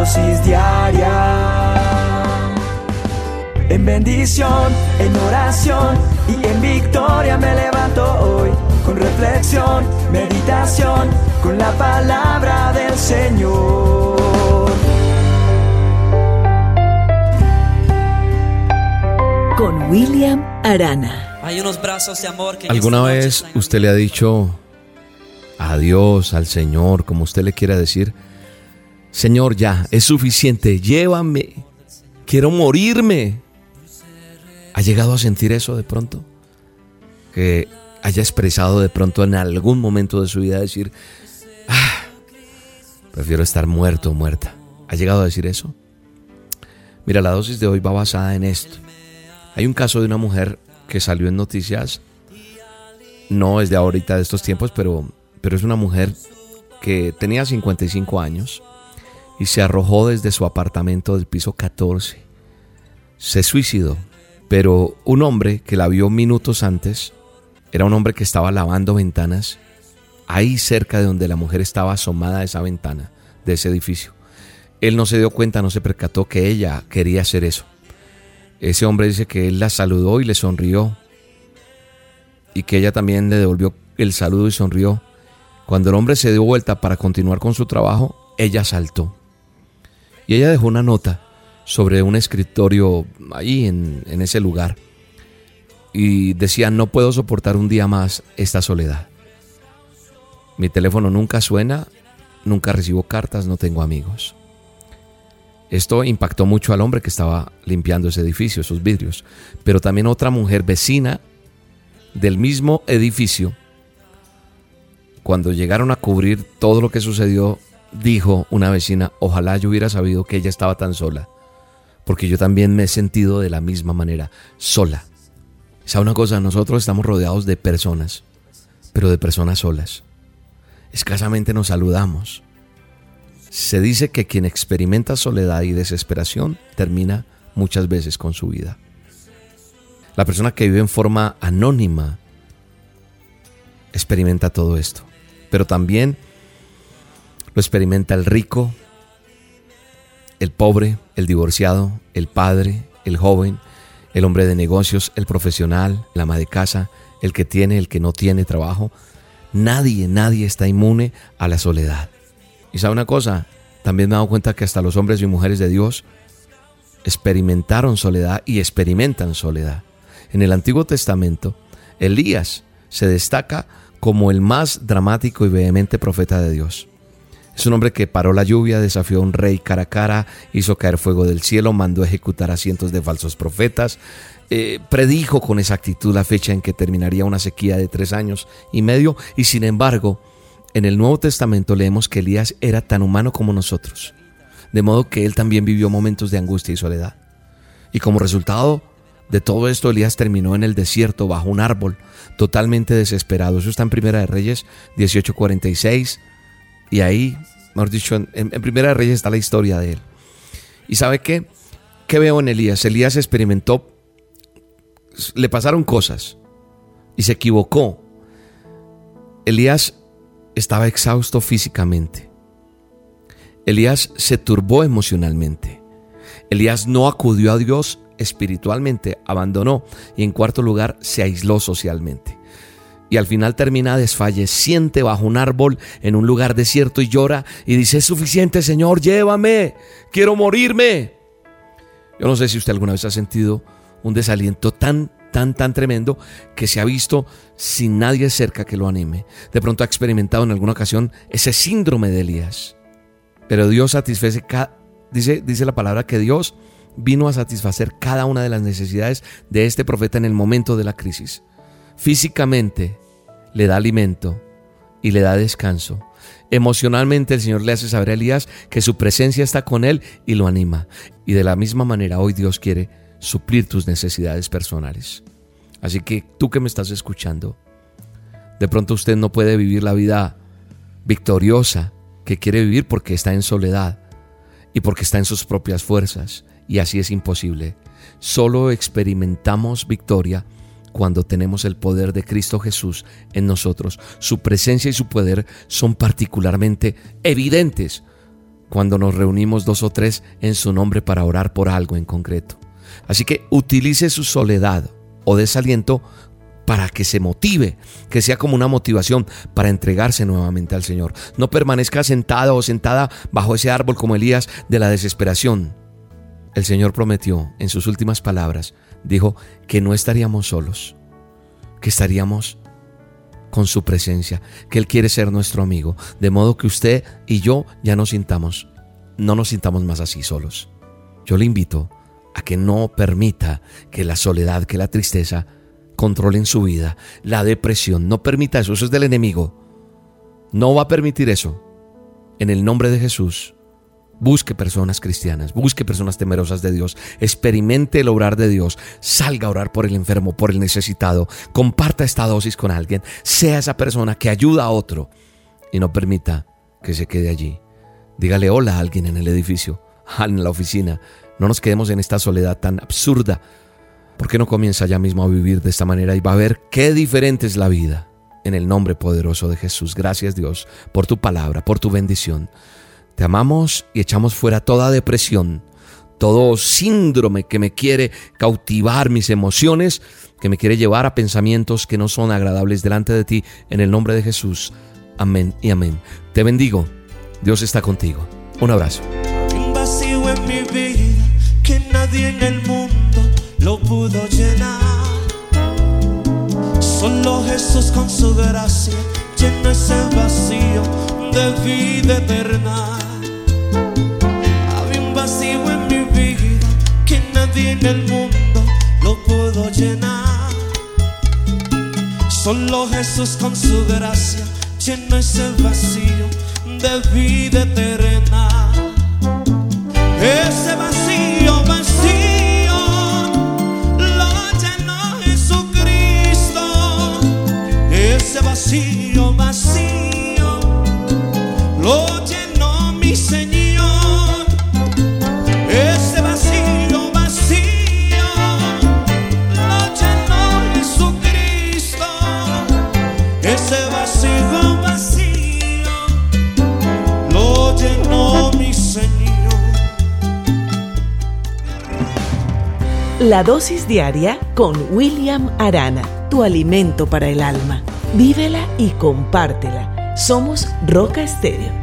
dosis diaria. En bendición, en oración y en victoria me levanto hoy. Con reflexión, meditación, con la palabra del Señor. Con William Arana. Hay unos brazos de amor que ¿Alguna vez usted le ha dicho a Dios, al Señor, como usted le quiera decir: Señor, ya, es suficiente, llévame, quiero morirme? ¿Ha llegado a sentir eso de pronto? Que haya expresado de pronto en algún momento de su vida decir: prefiero estar muerto o muerta. ¿Ha llegado a decir eso? Mira, la dosis de hoy va basada en esto. Hay un caso de una mujer que salió en noticias, no es de ahorita, de estos tiempos, pero es una mujer que tenía 55 años y se arrojó desde su apartamento del piso 14. Se suicidó, pero un hombre que la vio minutos antes, era un hombre que estaba lavando ventanas, ahí cerca de donde la mujer estaba asomada a esa ventana de ese edificio. Él no se dio cuenta, no se percató que ella quería hacer eso. Ese hombre dice que él la saludó y le sonrió, y que ella también le devolvió el saludo y sonrió. Cuando el hombre se dio vuelta para continuar con su trabajo, ella saltó. Y ella dejó una nota sobre un escritorio ahí en ese lugar. Y decía: no puedo soportar un día más esta soledad. Mi teléfono nunca suena, nunca recibo cartas, no tengo amigos. Esto impactó mucho al hombre que estaba limpiando ese edificio, esos vidrios. Pero también otra mujer vecina del mismo edificio, cuando llegaron a cubrir todo lo que sucedió, dijo una vecina: ojalá yo hubiera sabido que ella estaba tan sola, porque yo también me he sentido de la misma manera, sola. ¿Sabe una cosa? Nosotros estamos rodeados de personas, pero de personas solas. Escasamente nos saludamos. Se dice que quien experimenta soledad y desesperación termina muchas veces con su vida. La persona que vive en forma anónima experimenta todo esto, pero también lo experimenta el rico, el pobre, el divorciado, el padre, el joven, el hombre de negocios, el profesional, el ama de casa, el que tiene, el que no tiene trabajo. Nadie está inmune a la soledad. ¿Y sabe una cosa? También me he dado cuenta que hasta los hombres y mujeres de Dios experimentaron soledad y experimentan soledad. En el Antiguo Testamento, Elías se destaca como el más dramático y vehemente profeta de Dios. Es un hombre que paró la lluvia, desafió a un rey cara a cara, hizo caer fuego del cielo, mandó ejecutar a cientos de falsos profetas, predijo con exactitud la fecha en que terminaría una sequía de 3 años y medio, y sin embargo, en el Nuevo Testamento leemos que Elías era tan humano como nosotros, de modo que él también vivió momentos de angustia y soledad. Y como resultado de todo esto, Elías terminó en el desierto bajo un árbol, totalmente desesperado. Eso está en Primera de Reyes 18:46, y ahí, mejor dicho, en Primera de Reyes está la historia de él. ¿Y sabe qué? ¿Qué veo en Elías? Elías experimentó, le pasaron cosas y se equivocó. Elías estaba exhausto físicamente. Elías se turbó emocionalmente. Elías no acudió a Dios espiritualmente, abandonó, y en cuarto lugar se aisló socialmente. Y al final termina desfalleciente bajo un árbol en un lugar desierto y llora y dice: es suficiente, Señor, llévame, quiero morirme. Yo no sé si usted alguna vez ha sentido un desaliento tan tremendo que se ha visto sin nadie cerca que lo anime. De pronto ha experimentado en alguna ocasión ese síndrome de Elías. Pero Dios satisface, dice la palabra que Dios vino a satisfacer cada una de las necesidades de este profeta en el momento de la crisis. Físicamente le da alimento y le da descanso. Emocionalmente el Señor le hace saber a Elías que su presencia está con él y lo anima. Y de la misma manera hoy Dios quiere suplir tus necesidades personales. Así que tú que me estás escuchando, de pronto usted no puede vivir la vida victoriosa que quiere vivir porque está en soledad y porque está en sus propias fuerzas, y así es imposible. Solo experimentamos victoria cuando tenemos el poder de Cristo Jesús en nosotros. Su presencia y su poder son particularmente evidentes cuando nos reunimos 2 o 3 en su nombre para orar por algo en concreto. Así que utilice su soledad o desaliento para que se motive, que sea como una motivación para entregarse nuevamente al Señor. No permanezca sentado o sentada bajo ese árbol como Elías de la desesperación. El Señor prometió en sus últimas palabras, dijo que no estaríamos solos, que estaríamos con su presencia, que Él quiere ser nuestro amigo, de modo que usted y yo ya no nos sintamos más así solos. Yo le invito a que no permita que la soledad, que la tristeza controlen su vida, la depresión. No permita eso, eso es del enemigo. No va a permitir eso. En el nombre de Jesús, busque personas cristianas, busque personas temerosas de Dios, experimente el obrar de Dios, salga a orar por el enfermo, por el necesitado, comparta esta dosis con alguien, sea esa persona que ayuda a otro y no permita que se quede allí. Dígale hola a alguien en el edificio, en la oficina. No nos quedemos en esta soledad tan absurda. ¿Por qué no comienza ya mismo a vivir de esta manera y va a ver qué diferente es la vida? En el nombre poderoso de Jesús. Gracias, Dios, por tu palabra, por tu bendición. Te amamos y echamos fuera toda depresión, todo síndrome que me quiere cautivar mis emociones, que me quiere llevar a pensamientos que no son agradables delante de ti. En el nombre de Jesús. Amén y amén. Te bendigo. Dios está contigo. Un abrazo. Un vacío en mi vida que nadie en el mundo lo pudo llenar. Solo Jesús con su gracia llenó ese vacío de vida eterna. Había un vacío en mi vida que nadie en el mundo lo pudo llenar. Solo Jesús con su gracia llenó ese vacío de vida eterna. Ese vacío, vacío lo llenó Jesucristo. Ese vacío, vacío lo llenó mi Señor. Ese vacío, vacío lo llenó Jesucristo. Ese vacío, vacío lo llenó mi Señor. La dosis diaria con William Arana, tu alimento para el alma. Vívela y compártela. Somos Roca Estéreo.